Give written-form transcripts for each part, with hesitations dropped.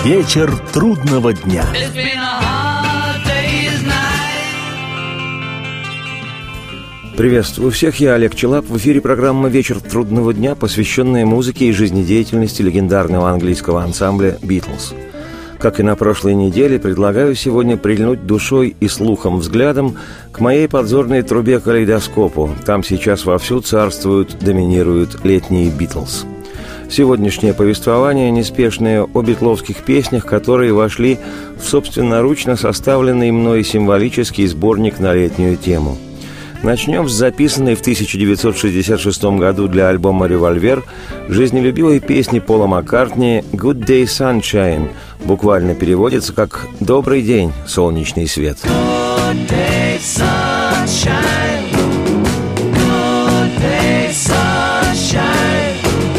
Вечер трудного дня. Приветствую всех, я Олег Челап. В эфире программа «Вечер трудного дня», посвященная музыке и жизнедеятельности легендарного английского ансамбля «Битлз». Как и на прошлой неделе, предлагаю сегодня прильнуть душой и слухом взглядом к моей подзорной трубе калейдоскопу. Там сейчас вовсю царствуют, доминируют летние «Битлз». Сегодняшнее повествование неспешное о битловских песнях, которые вошли в собственноручно составленный мной символический сборник на летнюю тему. Начнем с записанной в 1966 году для альбома «Револьвер» жизнелюбивой песни Пола Маккартни «Good Day Sunshine», буквально переводится как «Добрый день, солнечный свет». Good day, sunshine. Good day, sunshine.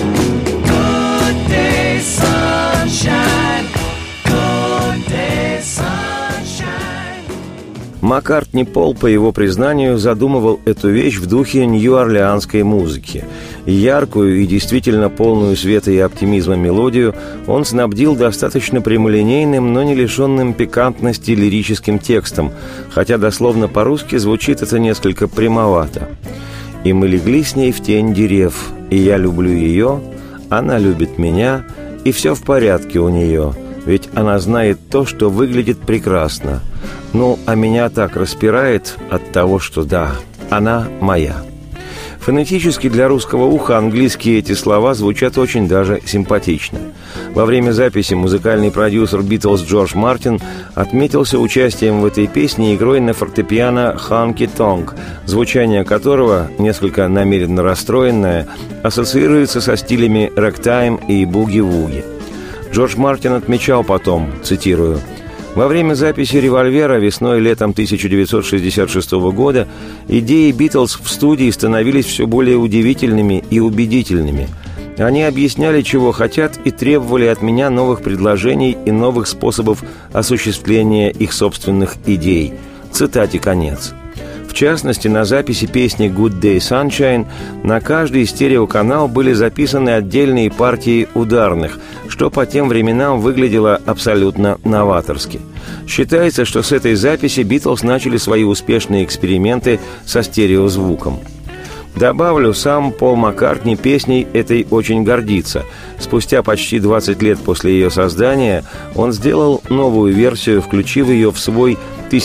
Good day, sunshine. Good day, sunshine. Маккартни Пол, по его признанию, задумывал эту вещь в духе нью-орлеанской музыки. Яркую и действительно полную света и оптимизма мелодию он снабдил достаточно прямолинейным, но не лишенным пикантности лирическим текстом, хотя дословно по-русски звучит это несколько прямовато. «И мы легли с ней в тень дерев, и я люблю ее, она любит меня, и все в порядке у нее, ведь она знает то, что выглядит прекрасно. Ну, а меня так распирает от того, что да, она моя». Фонетически для русского уха английские эти слова звучат очень даже симпатично. Во время записи музыкальный продюсер «Битлз» Джордж Мартин отметился участием в этой песне игрой на фортепиано «Honky Tonk», звучание которого, несколько намеренно расстроенное, ассоциируется со стилями рэктайм и буги-вуги. Джордж Мартин отмечал потом, цитирую: «Во время записи «Револьвера» весной и летом 1966 года идеи «Битлз» в студии становились все более удивительными и убедительными. Они объясняли, чего хотят, и требовали от меня новых предложений и новых способов осуществления их собственных идей». Цитате конец. В частности, на записи песни «Good Day Sunshine» на каждый стереоканал были записаны отдельные партии ударных, что по тем временам выглядело абсолютно новаторски. Считается, что с этой записи «Битлз» начали свои успешные эксперименты со стереозвуком. Добавлю, сам Пол Маккартни песней этой очень гордится. Спустя почти 20 лет после ее создания он сделал новую версию, включив ее в свой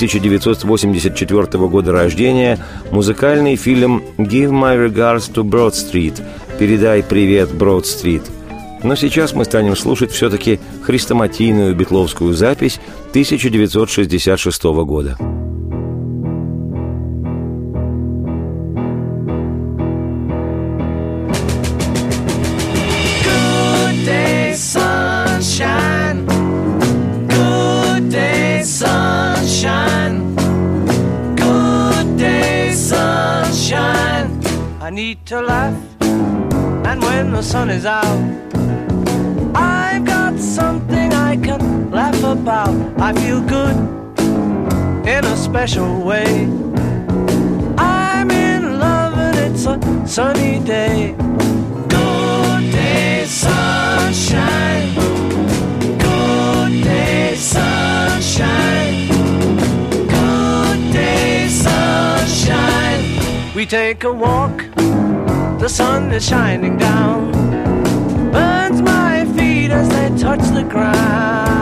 1984 года рождения музыкальный фильм «Give my regards to Broad Street» «Передай привет, Брод-стрит». Но сейчас мы станем слушать все-таки хрестоматийную битловскую запись 1966 года. I need to laugh, and when the sun is out, I've got something I can laugh about. I feel good in a special way. I'm in love and it's a sunny day. Good day, sunshine. Good day, sunshine. Good day, sunshine. We take a walk, the sun is shining down, burns my feet as they touch the ground.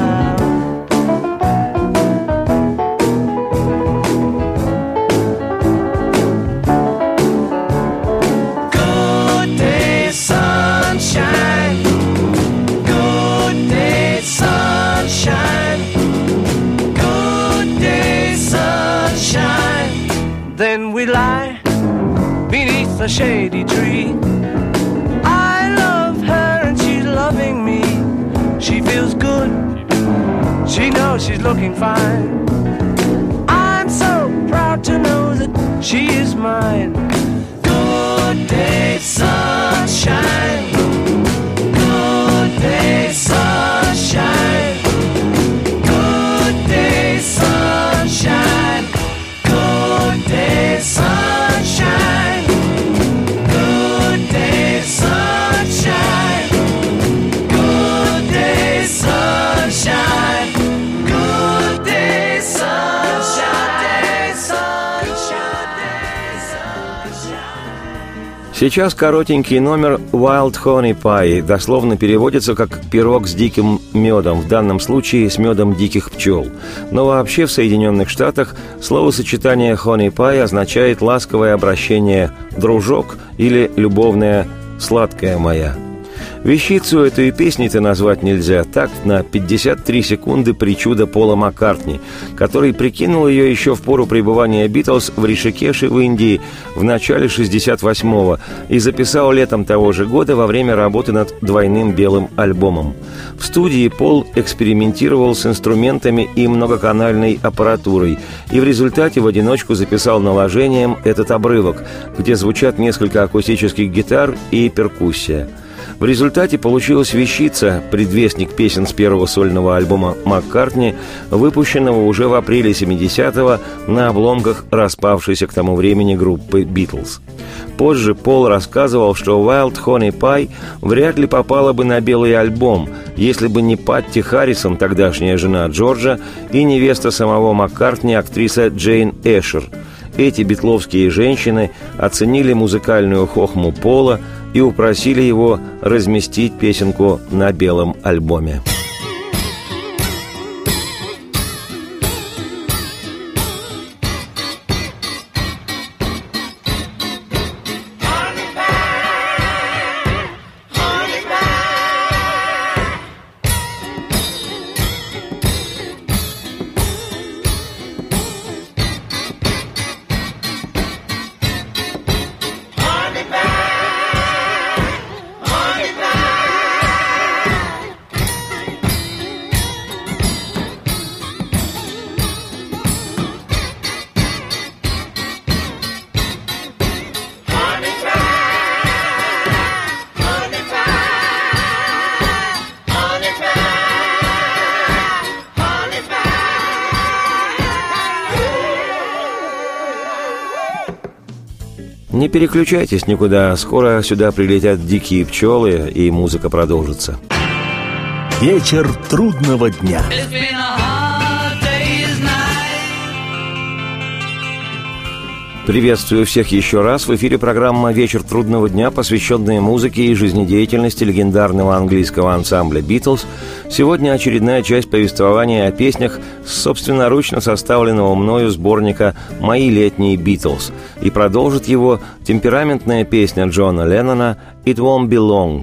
Good day, sunshine. Good day, sunshine. Good day, sunshine. Then we lie beneath a shady tree. I love her and she's loving me. She feels good, she knows she's looking fine. I'm so proud to know that she is mine. Good day, sunshine. Good day, sunshine. Good day, sunshine. Good day, sunshine. Good day, sunshine. Good day, sunshine. Сейчас коротенький номер «Wild Honey Pie» дословно переводится как «пирог с диким медом», в данном случае с медом диких пчел. Но вообще в Соединенных Штатах словосочетание «honey pie» означает ласковое обращение «дружок» или «любовная сладкая моя». Вещицу эту и песней-то назвать нельзя. Так, на 53 секунды причуда Пола Маккартни, который прикинул ее еще в пору пребывания Битлз в Ришикеше в Индии в начале 68-го и записал летом того же года во время работы над двойным белым альбомом. В студии Пол экспериментировал с инструментами и многоканальной аппаратурой, и в результате в одиночку записал наложением этот обрывок, где звучат несколько акустических гитар и перкуссия. В результате получилась вещица, предвестник песен с первого сольного альбома Маккартни, выпущенного уже в апреле 70-го на обломках распавшейся к тому времени группы «Битлз». Позже Пол рассказывал, что «Wild Honey Pie» вряд ли попала бы на белый альбом, если бы не Патти Харрисон, тогдашняя жена Джорджа, и невеста самого Маккартни, актриса Джейн Эшер. Эти битловские женщины оценили музыкальную хохму Пола и упросили его разместить песенку на белом альбоме. Не переключайтесь никуда, скоро сюда прилетят дикие пчелы, и музыка продолжится. Вечер трудного дня. Приветствую всех еще раз. В эфире программа «Вечер трудного дня», посвященная музыке и жизнедеятельности легендарного английского ансамбля «Битлз». Сегодня очередная часть повествования о песнях с собственноручно составленного мною сборника «Мои летние Битлз». И продолжит его темпераментная песня Джона Леннона «It won't be long».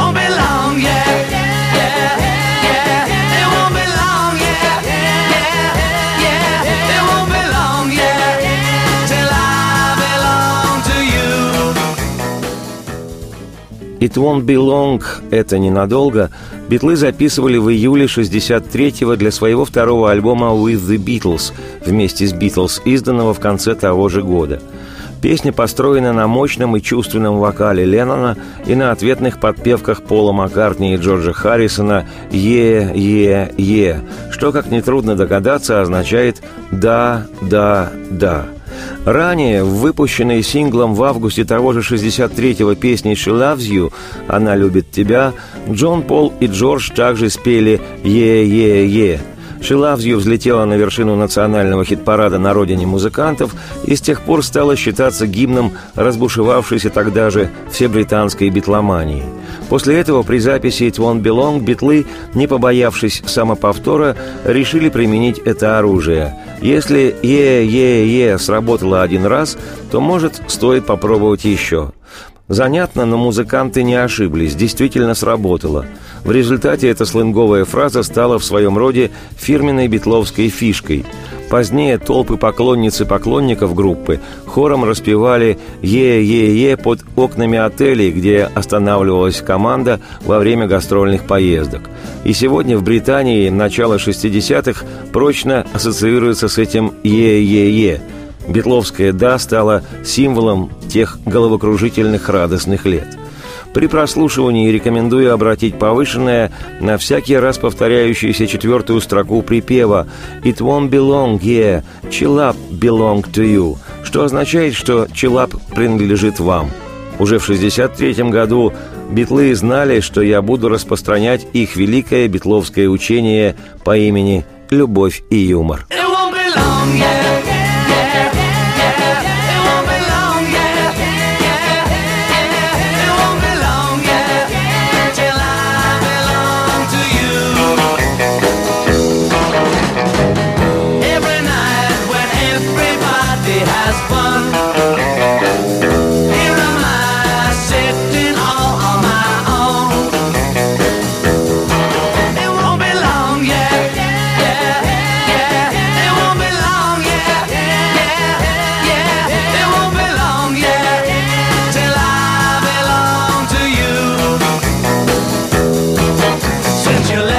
«It won't be long» — это ненадолго. Битлы записывали в июле 63-го для своего второго альбома «With the Beatles» вместе с «Битлз», изданного в конце того же года. Песня построена на мощном и чувственном вокале Леннона и на ответных подпевках Пола Маккартни и Джорджа Харрисона «Е, е, е», что, как нетрудно догадаться, означает «да, да, да». Ранее, в выпущенной синглом в августе того же 63-го песни «She Loves You» «Она любит тебя», Джон, Пол и Джордж также спели «Е-е-е». «She Loves You» взлетела на вершину национального хит-парада на родине музыкантов и с тех пор стала считаться гимном разбушевавшейся тогда же всебританской битломании. После этого при записи «It Won't Be Long» битлы, не побоявшись самоповтора, решили применить это оружие. Если «Е-е-е» сработало один раз, то, может, стоит попробовать еще. Занятно, но музыканты не ошиблись, действительно сработало. В результате эта сленговая фраза стала в своем роде фирменной битловской фишкой. Позднее толпы поклонниц и поклонников группы хором распевали «Е-е-е» под окнами отелей, где останавливалась команда во время гастрольных поездок. И сегодня в Британии начало 60-х прочно ассоциируется с этим «Е-е-е». Битловское «да» стало символом тех головокружительных радостных лет. При прослушивании рекомендую обратить повышенное на всякий раз повторяющуюся четвертую строку припева «It won't be long, yeah, chill up belong to you», что означает, что «chill up» принадлежит вам. Уже в 1963 году битлы знали, что я буду распространять их великое битловское учение по имени «Любовь и юмор».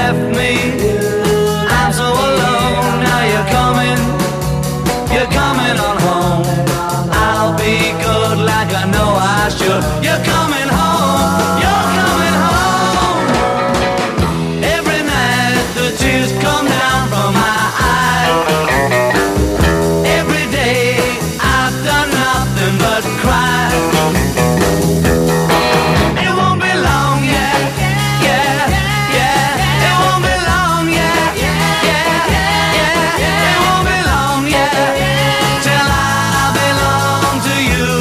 left me, I'm so alone. Now you're coming on home. I'll be good like I know I should. You're coming home, you're coming home. Every night the tears come down from my eyes. Every day I've done nothing but cry. It won't be long, yeah, yeah, yeah. It won't be long, yeah, yeah, yeah. It won't be long, yeah, till I belong to you.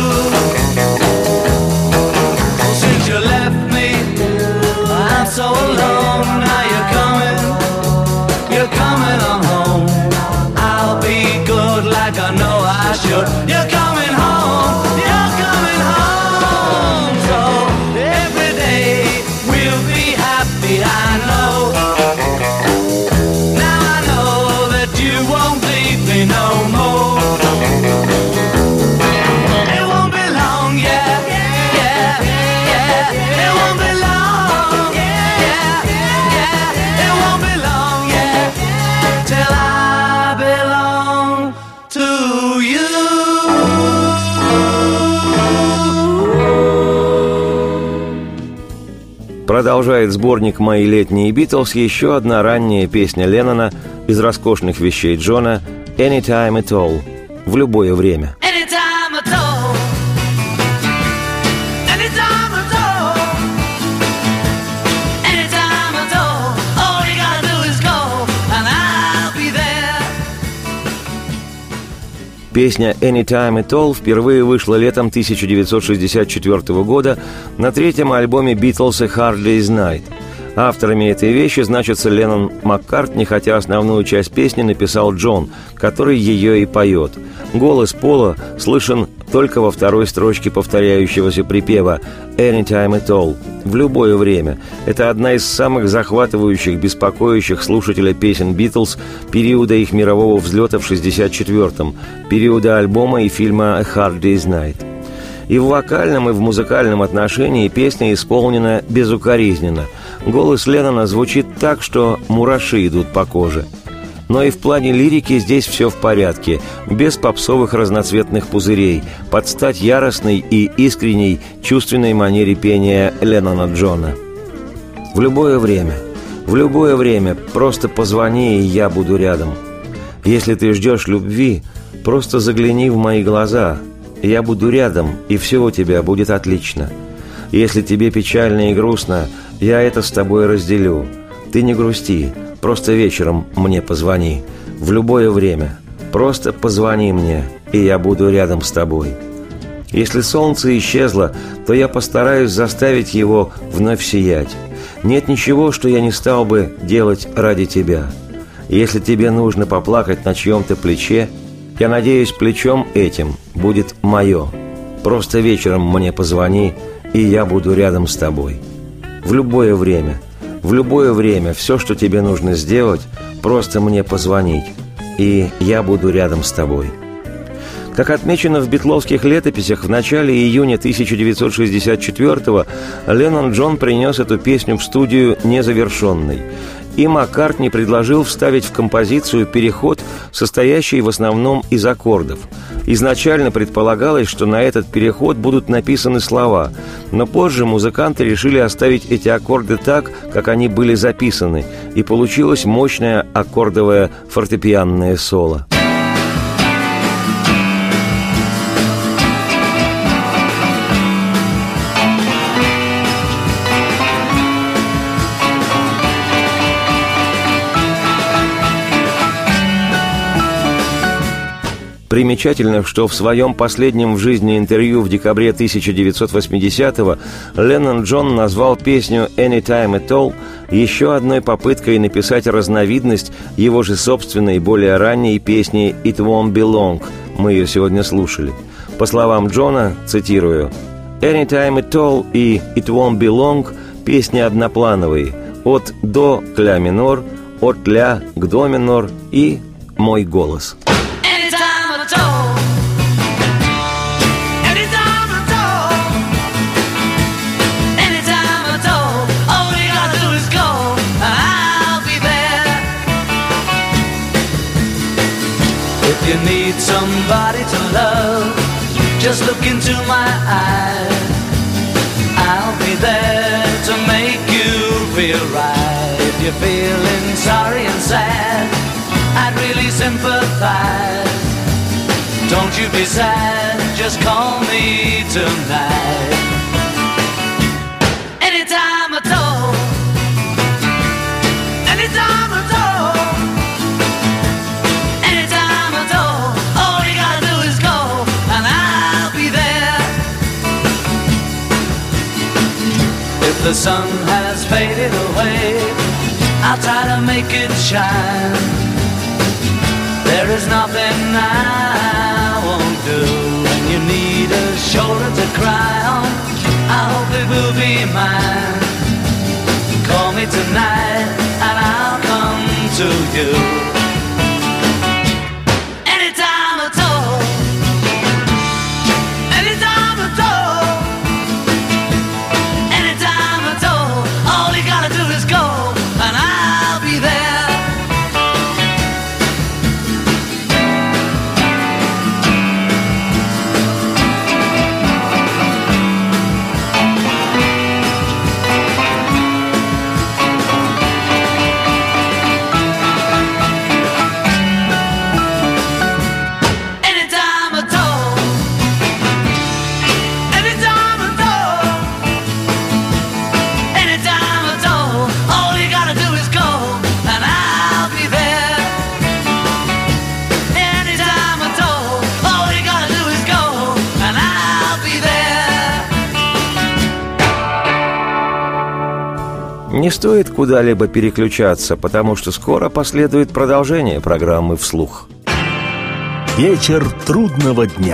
Since you left me, I'm so alone. Now you're coming on home. I'll be good like I know I should. You're coming home, you're coming home. So every day we'll be happy, I know. Now I know that you won't leave me no more. It won't be long, yeah, yeah, yeah. It won't be long, yeah, yeah. It won't be long, yeah, till I belong to you. Продолжает сборник «Мои летние Битлз» еще одна ранняя песня Леннона из роскошных вещей Джона «Anytime at all» – «В любое время». Anytime at all. Anytime at all. Anytime at all. All you gotta do is go, and I'll be there. Песня «Anytime at all» впервые вышла летом 1964 года на третьем альбоме «Битлз» «A Hard Day's Night». Авторами этой вещи значатся Леннон, Маккартни, хотя основную часть песни написал Джон, который ее и поет. Голос Пола слышен только во второй строчке повторяющегося припева «Anytime at all» – «В любое время». Это одна из самых захватывающих, беспокоящих слушателя песен «Битлз» периода их мирового взлета в 1964-м, периода альбома и фильма «A Hard Day's Night». И в вокальном, и в музыкальном отношении песня исполнена безукоризненно. Голос Леннона звучит так, что мураши идут по коже. Но и в плане лирики здесь все в порядке, без попсовых разноцветных пузырей, под стать яростной и искренней чувственной манере пения Леннона Джона. В любое время, просто позвони, и я буду рядом. Если ты ждешь любви, просто загляни в мои глаза. Я буду рядом, и все у тебя будет отлично. Если тебе печально и грустно, я это с тобой разделю. Ты не грусти, просто вечером мне позвони. В любое время. Просто позвони мне, и я буду рядом с тобой. Если солнце исчезло, то я постараюсь заставить его вновь сиять. Нет ничего, что я не стал бы делать ради тебя. Если тебе нужно поплакать на чьем-то плече, я надеюсь, плечом этим будет мое. Просто вечером мне позвони, и я буду рядом с тобой. В любое время, все, что тебе нужно сделать, просто мне позвонить, и я буду рядом с тобой. Как отмечено в битловских летописях, в начале июня 1964-го Леннон Джон принес эту песню в студию незавершенной. И Маккартни предложил вставить в композицию переход, состоящий в основном из аккордов. Изначально предполагалось, что на этот переход будут написаны слова, но позже музыканты решили оставить эти аккорды так, как они были записаны, и получилось мощное аккордовое фортепианное соло. Примечательно, что в своем последнем в жизни интервью в декабре 1980-го Леннон Джон назвал песню «Anytime at all» еще одной попыткой написать разновидность его же собственной, более ранней песни «It Won't Be Long». Мы ее сегодня слушали. По словам Джона, цитирую, «Anytime at all» и «It Won't Be Long» – песни одноплановые, от до к ля минор, от ля к до минор и мой голос. Anytime at all, all you gotta do is go, and I'll you need somebody to love, just look into my eyes. I'll be there to make you feel right. If you're feeling sorry and sad, I'd really sympathize. Don't you be sad, just call me tonight. Anytime at all, anytime at all, anytime at all. All you gotta do is go, and I'll be there. If the sun has faded away, I'll try to make it shine. There is nothing I won't do. When you need a shoulder to cry on, I hope it will be mine. Call me tonight and I'll come to you. Anytime at all, anytime at all, anytime at all. All you gotta do is go, and I'll be there. Не стоит куда-либо переключаться, потому что скоро последует продолжение программы «Вслух». Вечер трудного дня.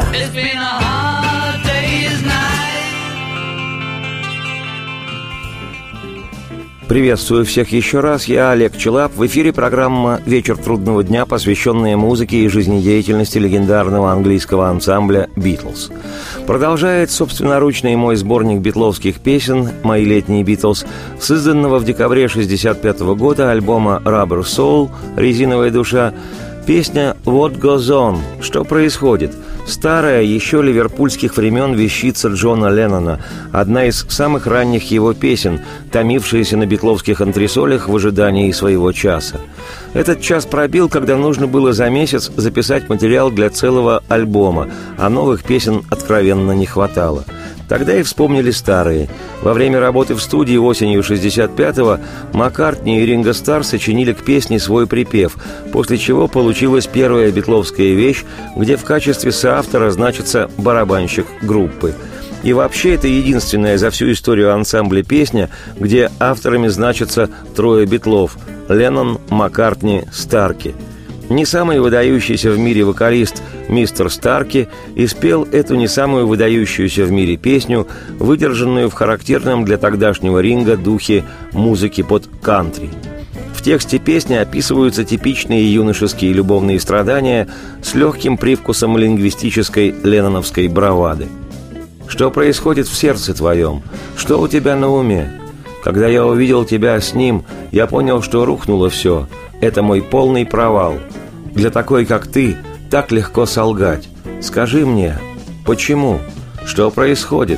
Приветствую всех еще раз, я Олег Челап. В эфире программа «Вечер трудного дня», посвященная музыке и жизнедеятельности легендарного английского ансамбля «Битлз». Продолжает собственноручный мой сборник битловских песен «Мои летние Битлз», с изданного в декабре 1965 года альбома «Rubber Soul» «Резиновая душа», песня «What Goes On» «Что происходит?», старая, еще ливерпульских времен вещица Джона Леннона, одна из самых ранних его песен, томившаяся на битловских антресолях в ожидании своего часа. Этот час пробил, когда нужно было за месяц записать материал для целого альбома, а новых песен откровенно не хватало. Тогда и вспомнили старые. Во время работы в студии осенью 65-го Маккартни и Ринго Старр сочинили к песне свой припев, после чего получилась первая битловская вещь, где в качестве соавтора значится барабанщик группы. И вообще это единственная за всю историю ансамбля песня, где авторами значатся трое битлов – Леннон, Маккартни, Старки. Не самый выдающийся в мире вокалист мистер Старки испел эту не самую выдающуюся в мире песню, выдержанную в характерном для тогдашнего Ринга духе музыки под кантри. В тексте песни описываются типичные юношеские любовные страдания с легким привкусом лингвистической ленноновской бравады. «Что происходит в сердце твоем? Что у тебя на уме? Когда я увидел тебя с ним, я понял, что рухнуло все. Это мой полный провал. Для такой, как ты, так легко солгать. Скажи мне, почему? Что происходит?»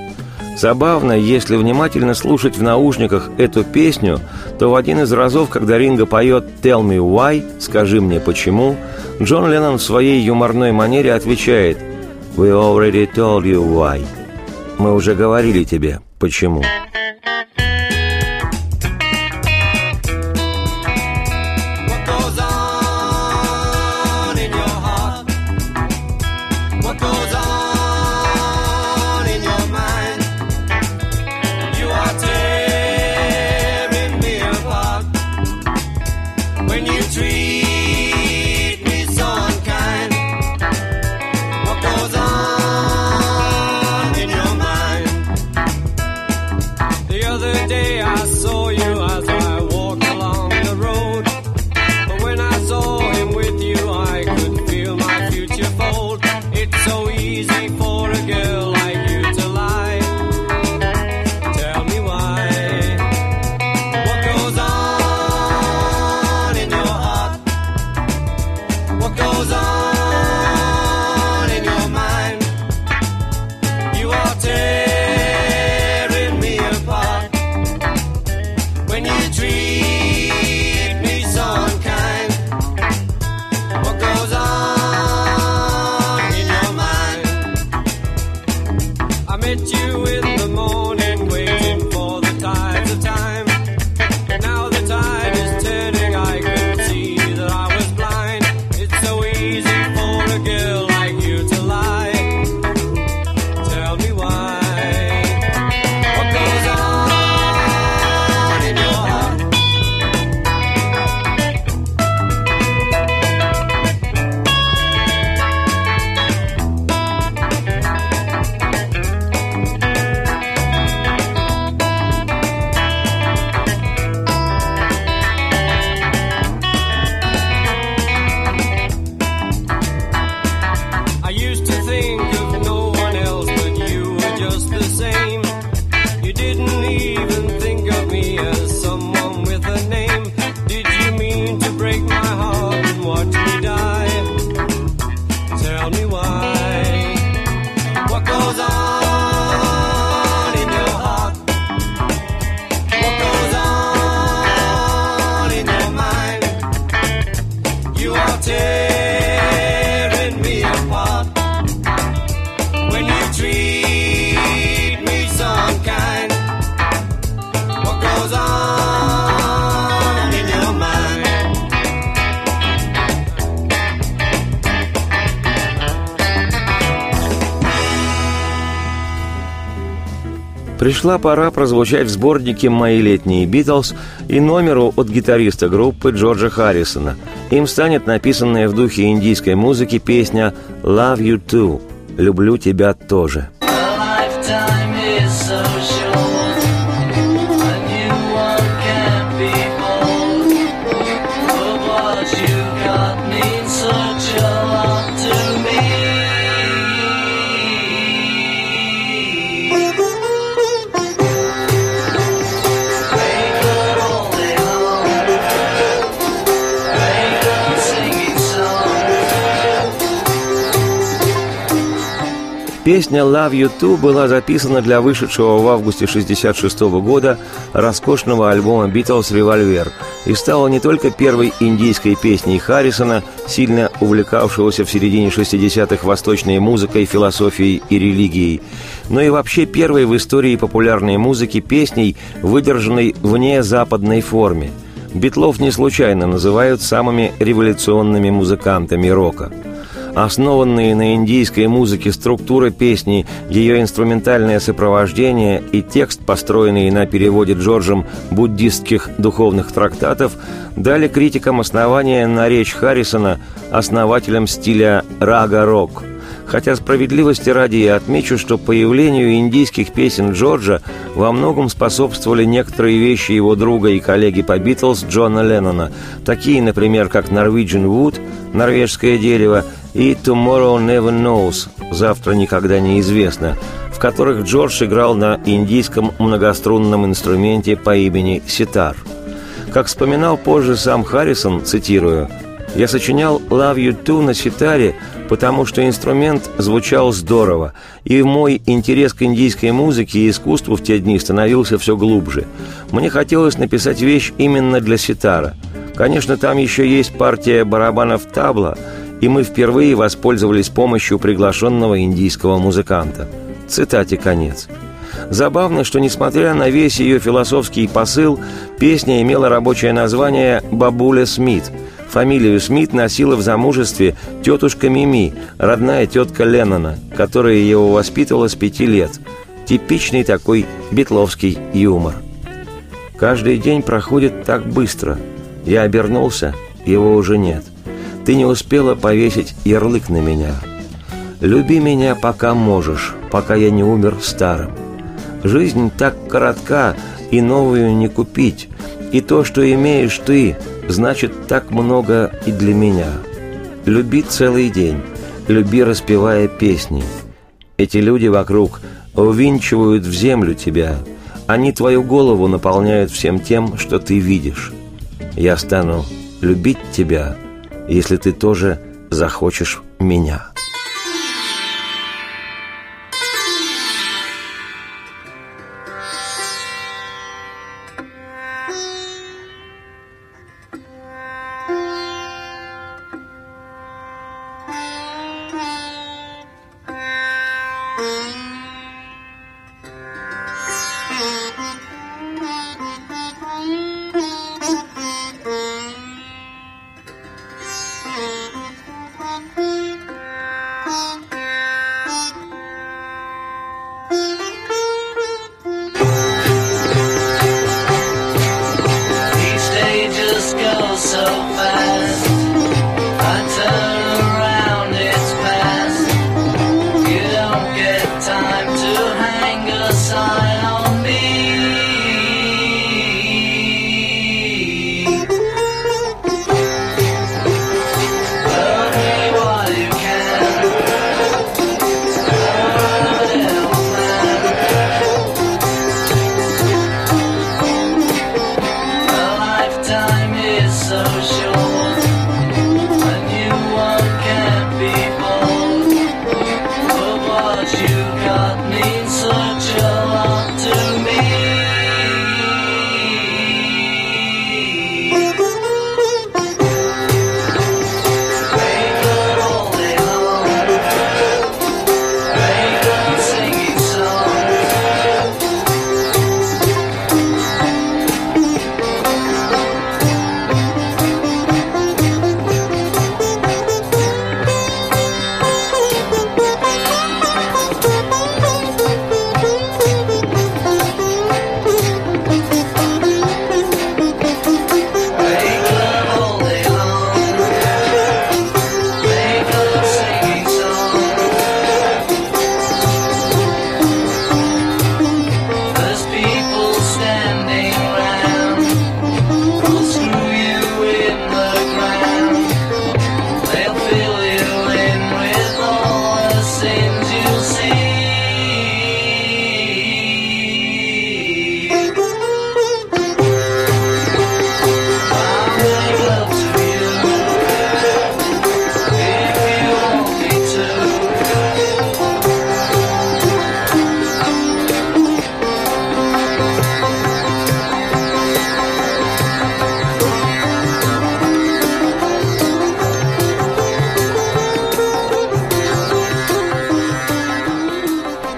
Забавно, если внимательно слушать в наушниках эту песню, то в один из разов, когда Ринго поет «Tell me why», «Скажи мне почему», Джон Леннон в своей юморной манере отвечает «We already told you why». «Мы уже говорили тебе, почему». Пришла пора прозвучать в сборнике «Мои летние Битлз» и номеру от гитариста группы Джорджа Харрисона. Им станет написанная в духе индийской музыки песня «Love You Too» – «Люблю тебя тоже». Песня «Love You Too» была записана для вышедшего в августе 1966 года роскошного альбома «Битлз Револьвер» и стала не только первой индийской песней Харрисона, сильно увлекавшегося в середине 60-х восточной музыкой, философией и религией, но и вообще первой в истории популярной музыки песней, выдержанной в незападной форме. Битлов не случайно называют самыми революционными музыкантами рока. Основанные на индийской музыке структура песни, ее инструментальное сопровождение и текст, построенный на переводе Джорджем буддистских духовных трактатов, дали критикам основания наречь Харрисона основателем стиля рага-рок. Хотя справедливости ради я отмечу, что появлению индийских песен Джорджа во многом способствовали некоторые вещи его друга и коллеги по «Битлз» Джона Леннона, такие, например, как «Norwegian Wood» – «Норвежское дерево» и «Tomorrow Never Knows» – «Завтра никогда неизвестно», в которых Джордж играл на индийском многострунном инструменте по имени ситар. Как вспоминал позже сам Харрисон, цитирую, «Я сочинял «Love You Too» на ситаре, потому что инструмент звучал здорово, и мой интерес к индийской музыке и искусству в те дни становился все глубже. Мне хотелось написать вещь именно для ситара. Конечно, там еще есть партия барабанов табла, и мы впервые воспользовались помощью приглашенного индийского музыканта». Цитате конец. Забавно, что, несмотря на весь ее философский посыл, песня имела рабочее название «Бабуля Смит». Фамилию Смит носила в замужестве тетушка Мими, родная тетка Леннона, которая его воспитывала с 5 лет. Типичный такой битловский юмор. «Каждый день проходит так быстро. Я обернулся, его уже нет. Ты не успела повесить ярлык на меня. Люби меня, пока можешь, пока я не умер старым. Жизнь так коротка, и новую не купить. И то, что имеешь ты, значит так много и для меня. Люби целый день, люби, распевая песни. Эти люди вокруг увинчивают в землю тебя. Они твою голову наполняют всем тем, что ты видишь. Я стану любить тебя, если ты тоже захочешь меня».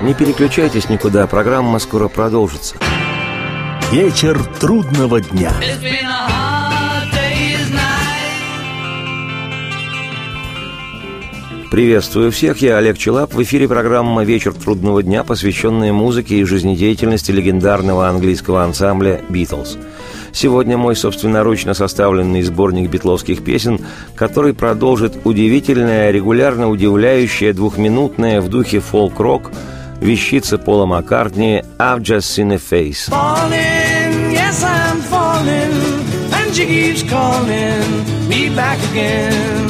Не переключайтесь никуда, программа скоро продолжится. Вечер трудного дня. Приветствую всех, я Олег Челап. В эфире программа «Вечер трудного дня», посвященная музыке и жизнедеятельности легендарного английского ансамбля «Битлз». Сегодня мой собственноручно составленный сборник битловских песен, который продолжит удивительная, регулярно удивляющая, двухминутная в духе фолк-рок вещица Пола Маккартни «I've just seen a face». Falling, yes, I'm falling, and she keeps calling me back again.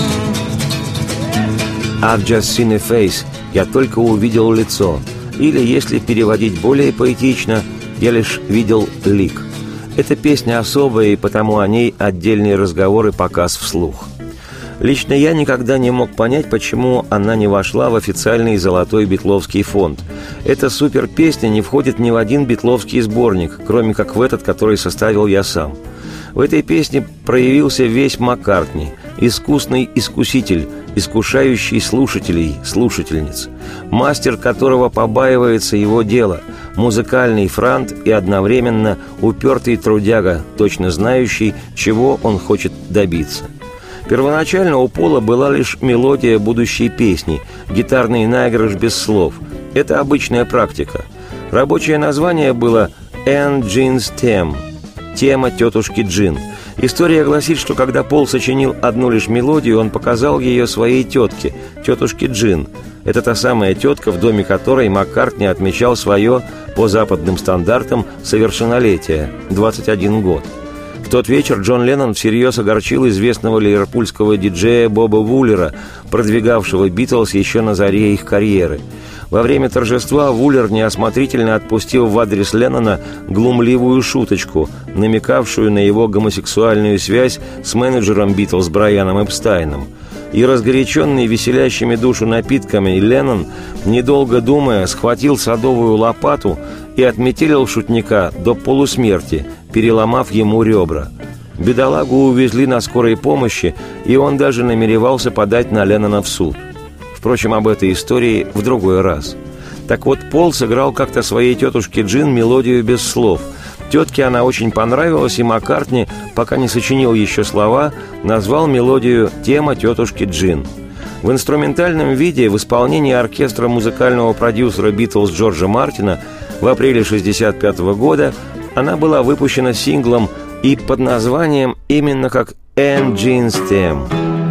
«I've just seen a face» – «Я только увидел лицо». Или, если переводить более поэтично, «Я лишь видел лик». Эта песня особая, и потому о ней отдельные разговоры, показ вслух. Лично я никогда не мог понять, почему она не вошла в официальный золотой битловский фонд. Эта суперпесня не входит ни в один битловский сборник, кроме как в этот, который составил я сам. В этой песне проявился весь Маккартни, искусный искуситель, искушающий слушателей, слушательниц, мастер которого побаивается его дела, музыкальный франт и одновременно упертый трудяга, точно знающий, чего он хочет добиться. Первоначально у Пола была лишь мелодия будущей песни, гитарный наигрыш без слов. Это обычная практика. Рабочее название было «Aunt Jean's Theme» – «Тема тетушки Джин». История гласит, что когда Пол сочинил одну лишь мелодию, он показал ее своей тетке, тетушке Джин. Это та самая тетка, в доме которой Маккартни отмечал свое, по западным стандартам, совершеннолетие – 21 год. В тот вечер Джон Леннон всерьез огорчил известного ливерпульского диджея Боба Вуллера, продвигавшего «Битлз» еще на заре их карьеры. Во время торжества Вуллер неосмотрительно отпустил в адрес Леннона глумливую шуточку, намекавшую на его гомосексуальную связь с менеджером «Битлз» Брайаном Эпстайном. И разгоряченный веселящими душу напитками Леннон, недолго думая, схватил садовую лопату и отметелил шутника до полусмерти, переломав ему ребра. Бедолагу увезли на скорой помощи, и он даже намеревался подать на Леннона в суд. Впрочем, об этой истории в другой раз. Так вот, Пол сыграл как-то своей тетушке Джин мелодию без слов. Тетке она очень понравилась, и Маккартни, пока не сочинил еще слова, назвал мелодию «Тема тетушки Джин». В инструментальном виде, в исполнении оркестра музыкального продюсера «Битлз» Джорджа Мартина в апреле 1965 года она была выпущена синглом и под названием именно как «Aunt Jean's Theme».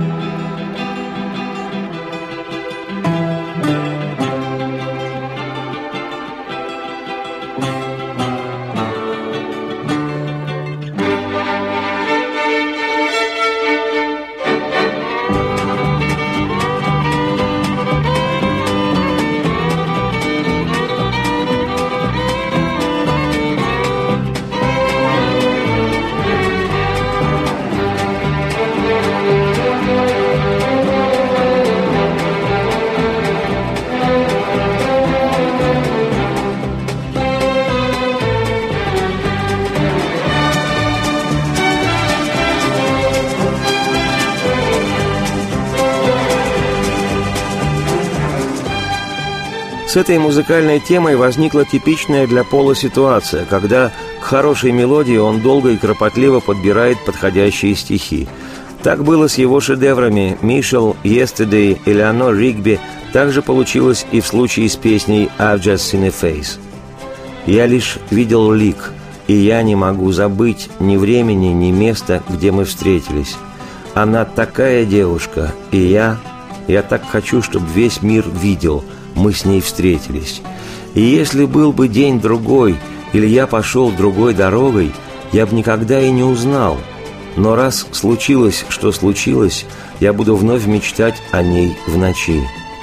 С этой музыкальной темой возникла типичная для Пола ситуация, когда к хорошей мелодии он долго и кропотливо подбирает подходящие стихи. Так было с его шедеврами «Мишел», «Yesterday», «Элеонор Ригби». Также получилось и в случае с песней «I've just seen a face». «Я лишь видел лик, и я не могу забыть ни времени, ни места, где мы встретились. Она такая девушка, и я так хочу, чтобы весь мир видел, мы с ней встретились. И если был бы день другой, или я пошел другой дорогой, я бы никогда и не узнал. Но раз случилось, что случилось, я буду вновь мечтать о ней в ночи.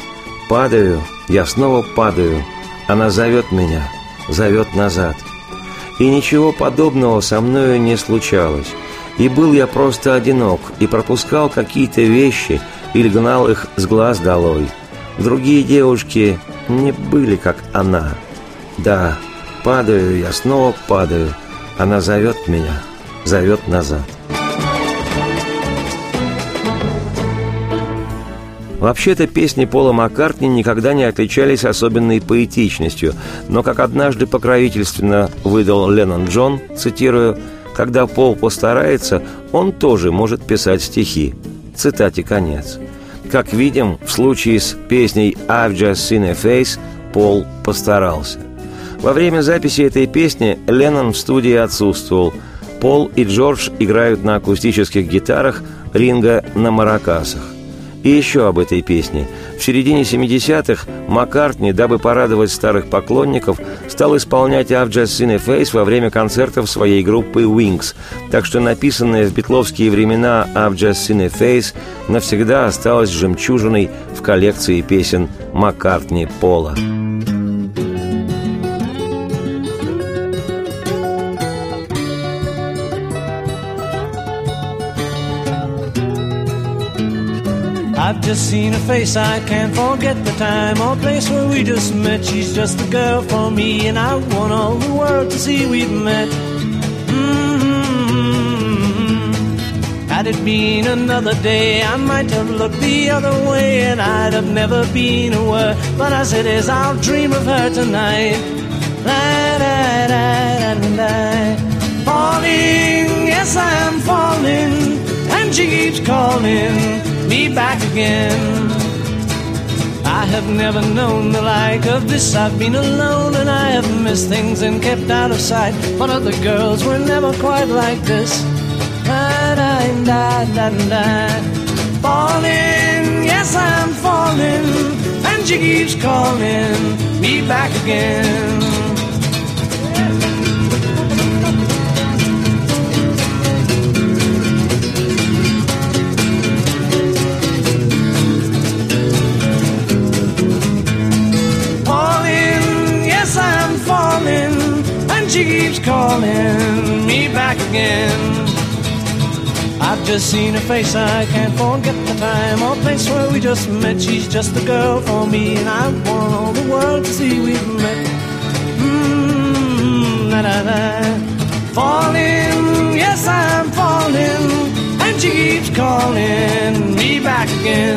Падаю, я снова падаю, она зовет меня, зовет назад. И ничего подобного со мною не случалось. И был я просто одинок, и пропускал какие-то вещи, или гнал их с глаз долой. Другие девушки не были, как она. Да, падаю, я снова падаю. Она зовет меня, зовет назад. Вообще-то песни Пола Маккартни никогда не отличались особенной поэтичностью, но, как однажды покровительственно выдал Леннон Джон, цитирую, «Когда Пол постарается, он тоже может писать стихи». Цитате конец. Как видим, в случае с песней «I've just seen a face» Пол постарался. Во время записи этой песни Леннон в студии отсутствовал. Пол и Джордж играют на акустических гитарах, Ринго на маракасах. И еще об этой песне. В середине 70-х Маккартни, дабы порадовать старых поклонников, стал исполнять «I've just seen a face» во время концертов своей группы Wings. Так что написанная в битловские времена «I've just seen a face» навсегда осталась жемчужиной в коллекции песен Маккартни-Пола. I've just seen her face, I can't forget the time or place where we just met. She's just the girl for me, and I want all the world to see we've met. Had it been another day, I might have looked the other way, and I'd have never been aware. But I said, as I'll dream of her tonight. Falling, yes I am falling, and she keeps calling me back again. I have never known the like of this. I've been alone and I have missed things and kept out of sight, but other girls were never quite like this. Falling, yes I'm falling, and she keeps calling me back again. She keeps calling me back again. I've just seen her face, I can't forget the time or place where we just met. She's just the girl for me, and I want all the world to see we've met. Falling, yes I'm falling, and she keeps calling me back again.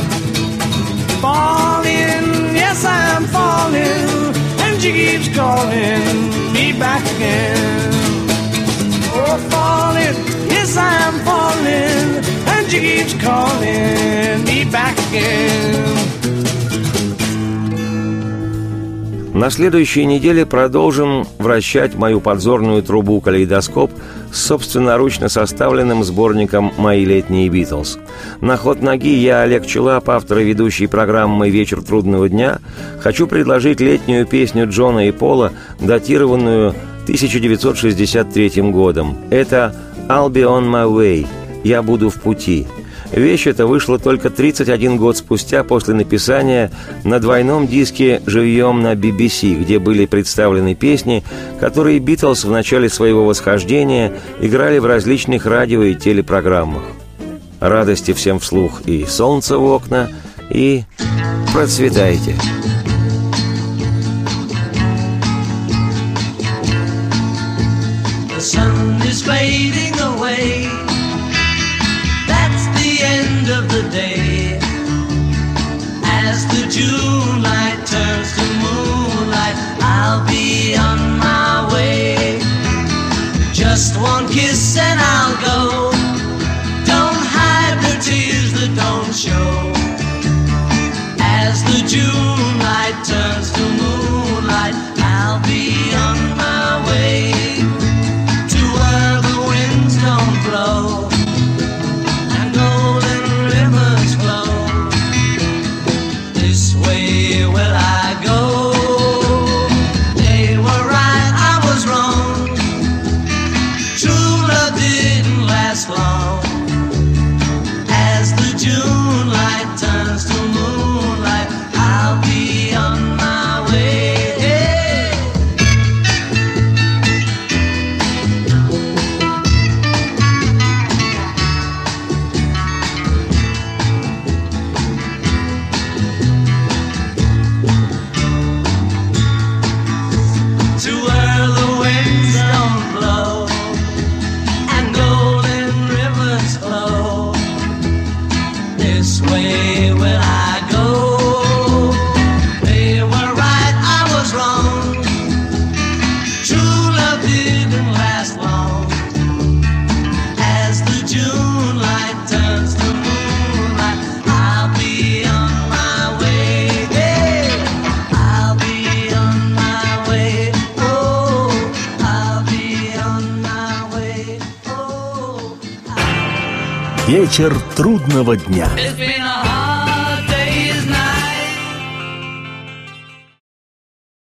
Falling, yes I'm falling, and she keeps calling me back again. Oh, falling, yes I'm falling, and she keeps calling me back again. На следующей неделе продолжим вращать мою подзорную трубу «Калейдоскоп» с собственноручно составленным сборником «Мои летние Битлз». На ход ноги я, Олег Челап, автор и ведущий программы «Вечер трудного дня», хочу предложить летнюю песню Джона и Пола, датированную 1963 годом. Это «I'll be on my way» – «Я буду в пути». Вещь эта вышла только 31 год спустя после написания на двойном диске живьем на BBC, где были представлены песни, которые Битлз в начале своего восхождения играли в различных радио и телепрограммах. Радости всем вслух и солнце в окна, и процветайте! Of the day, as the June light turns to moonlight, I'll be on my way. Just one kiss and I'll go. Don't hide the tears that don't show. As the June light Вечер трудного дня. It's been a